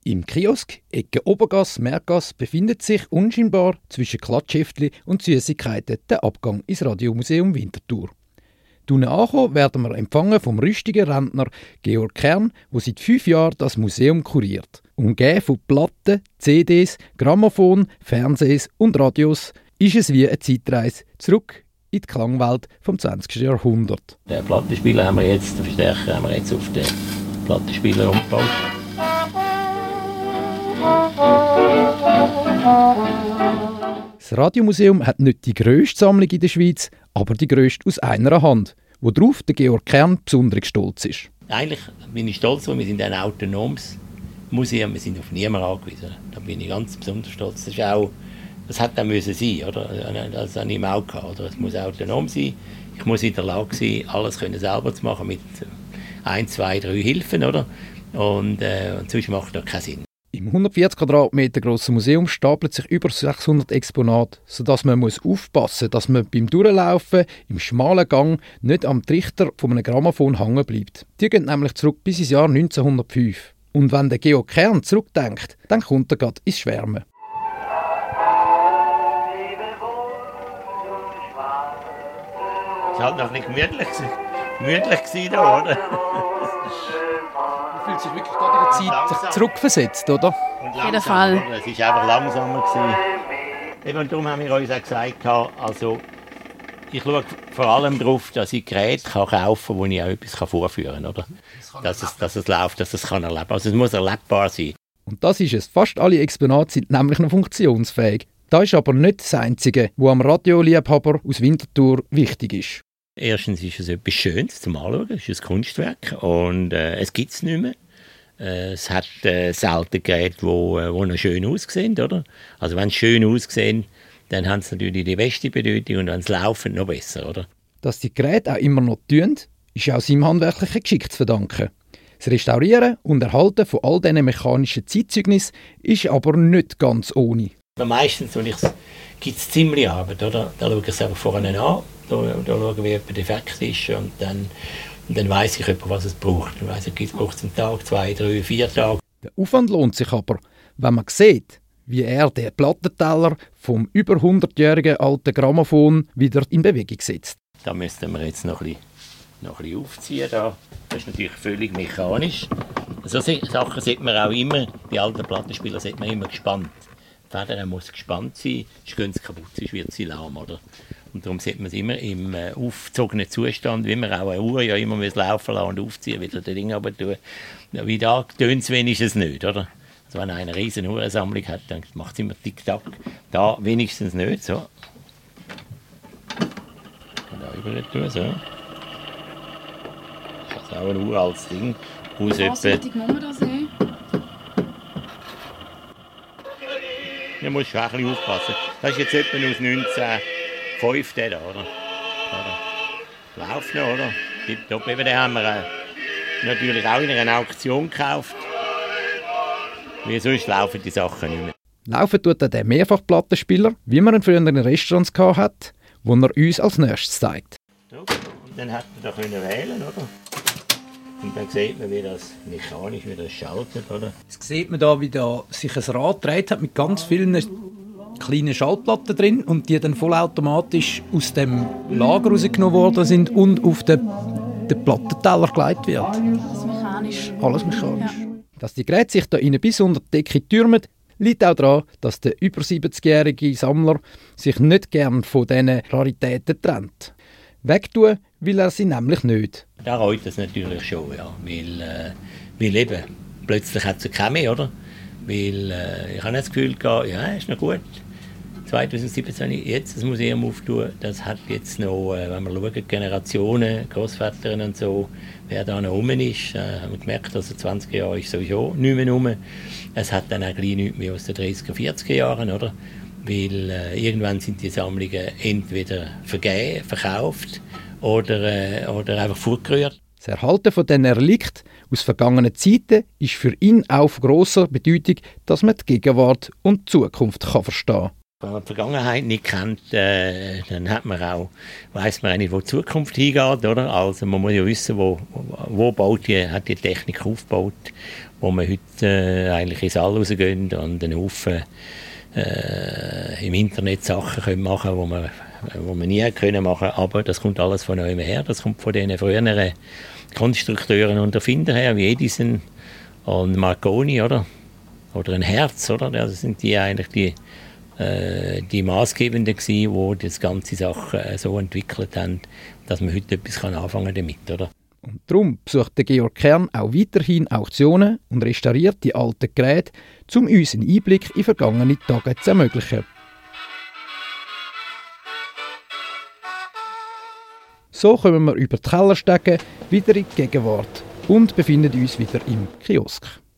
Im Kiosk, Ecke Obergasse, Mergasse, befindet sich unscheinbar zwischen Klatschheftli und Süßigkeiten der Abgang ins Radiomuseum Winterthur. Unten angekommen werden wir empfangen vom rüstigen Rentner Georg Kern, der seit 5 Jahren das Museum kuriert. Umgeben von Platten, CDs, Grammophon, Fernsehs und Radios ist es wie eine Zeitreise zurück in die Klangwelt vom 20. Jahrhundert. Den Plattenspieler haben wir jetzt, den Verstärker haben wir jetzt auf den Plattenspieler umgebaut. Das Radiomuseum hat nicht die grösste Sammlung in der Schweiz, aber die grösste aus einer Hand, worauf der Georg Kern besonders stolz ist. Eigentlich bin ich stolz, weil wir sind ein autonomes Museum, wir sind auf niemanden angewiesen. Da bin ich ganz besonders stolz. Das hat auch müssen sein, oder? Das habe ich im Auge gehabt, oder? Es muss autonom sein. Ich muss in der Lage sein, alles selber zu machen mit 1, 2, 3 Hilfen, oder? Und sonst macht das keinen Sinn. Im 140 Quadratmeter grossen Museum stapeln sich über 600 Exponate, sodass man aufpassen muss, dass man beim Durchlaufen im schmalen Gang nicht am Trichter von einem Grammophon hängen bleibt. Die gehen nämlich zurück bis ins Jahr 1905. Und wenn der Georg Kern zurückdenkt, dann kommt er gerade ins Schwärmen. Es war halt noch nicht gemütlich da, oder? Man fühlt sich wirklich gerade in der Zeit zurückversetzt, oder? Auf jeden Fall. Es war einfach langsamer. Und darum haben wir uns auch gesagt, also, ich schaue vor allem darauf, dass ich Geräte kaufen kann, wo ich auch etwas vorführen kann. Oder? Dass es läuft, dass es erleben kann. Also es muss erlebbar sein. Und das ist es. Fast alle Exponate sind nämlich noch funktionsfähig. Das ist aber nicht das Einzige, was am Radioliebhaber aus Winterthur wichtig ist. Erstens ist es etwas Schönes zum Anschauen, es ist ein Kunstwerk und es gibt es nicht mehr. Es hat selten Geräte, die noch schön aussehen, oder? Also wenn sie schön aussehen, dann haben sie natürlich die beste Bedeutung und wenn sie laufen, noch besser, oder? Dass die Geräte auch immer noch tun, ist auch seinem handwerklichen Geschick zu verdanken. Das Restaurieren und Erhalten von all diesen mechanischen Zeitzeugnissen ist aber nicht ganz ohne. Meistens gibt es ziemlich Arbeit, oder? Da schaue ich es einfach vorne an, da schaue ich, wie jemand defekt ist und dann weiss ich etwa, was es braucht. Ich weiss, es braucht einen Tag, 2, 3, 4 Tage. Der Aufwand lohnt sich aber, wenn man sieht, wie er den Plattenteller vom über 100-jährigen alten Grammophon wieder in Bewegung setzt. Da müssten wir jetzt noch ein bisschen aufziehen. Das ist natürlich völlig mechanisch. So Sachen sieht man auch immer, die alten Plattenspieler sieht man immer gespannt. Die Feder muss gespannt sein, sonst gehen sie kaputt, sonst wird sie lahm. Oder? Und darum sieht man es immer im aufgezogenen Zustand, wie man auch eine Uhr ja immer laufen lassen und aufziehen, wieder das Ding runter tun. Wie da tönt es wenigstens nicht, oder? Also wenn einer eine riesen Uhrensammlung hat, dann macht es immer Tick-Tack. Da wenigstens nicht, so. Und da über tun, so. Das ist auch ein uraltes Ding. Vorsichtig muss man das sehen. Da musst du auch ein bisschen aufpassen. Das ist jetzt etwa aus 1905, der da, oder? Läuft noch, oder? Tipptopp. Eben, den haben wir natürlich auch in einer Auktion gekauft. Wie sonst laufen die Sachen nicht mehr. Laufen tut der Mehrfachplattenspieler, wie man ihn früher in den Restaurants hatte, wo er uns als nächstes zeigt. Und dann hat man da wählen, oder? Und dann sieht man, wie das mechanisch wie das schaltet, oder? Jetzt sieht man da, wie da sich ein Rad gedreht hat mit ganz vielen kleinen Schaltplatten drin und die dann vollautomatisch aus dem Lager rausgenommen worden sind und auf den Plattenteller gelegt wird. Alles mechanisch. Alles mechanisch. Ja. Dass die Geräte sich da innen bis unter die Decke türmen, liegt auch daran, dass der über 70-jährige Sammler sich nicht gern von diesen Raritäten trennt. Wegtun will er sie nämlich nicht. Da reut es natürlich schon, ja. Weil eben, plötzlich hat es keine mehr, oder? Weil ich habe das Gefühl gehabt, ja, ist noch gut. 2017 jetzt das Museum auftun, das hat jetzt noch, wenn wir schauen, Generationen, Großväter und so, wer da noch rum ist, haben wir gemerkt, dass 20 Jahre ist sowieso nicht mehr rum. Es hat dann auch gleich nichts mehr aus den 30er, 40er Jahren, oder? Weil irgendwann sind die Sammlungen entweder vergeben, verkauft oder einfach fortgerührt. Das Erhalten von diesen Relikten aus vergangenen Zeiten ist für ihn auch von grosser Bedeutung, dass man die Gegenwart und die Zukunft verstehen kann. Wenn man die Vergangenheit nicht kennt, dann weiss man auch nicht, wo die Zukunft hingeht. Oder? Also man muss ja wissen, wo hat die Technik aufgebaut wo wir heute eigentlich ins All rausgehen und einen Haufen im Internet Sachen machen können, wo wir nie können machen. Aber das kommt alles von neuem her. Das kommt von den früheren Konstrukteuren und Erfindern her, wie Edison und Marconi, oder ein Hertz, oder? Das sind die eigentlich die Maßgebenden gewesen, die das ganze Sache so entwickelt haben, dass man heute etwas anfangen damit, oder? Und darum besucht der Georg Kern auch weiterhin Auktionen und restauriert die alten Geräte, um uns einen Einblick in vergangene Tage zu ermöglichen. So kommen wir über die Kellerstege wieder in die Gegenwart und befinden uns wieder im Kiosk.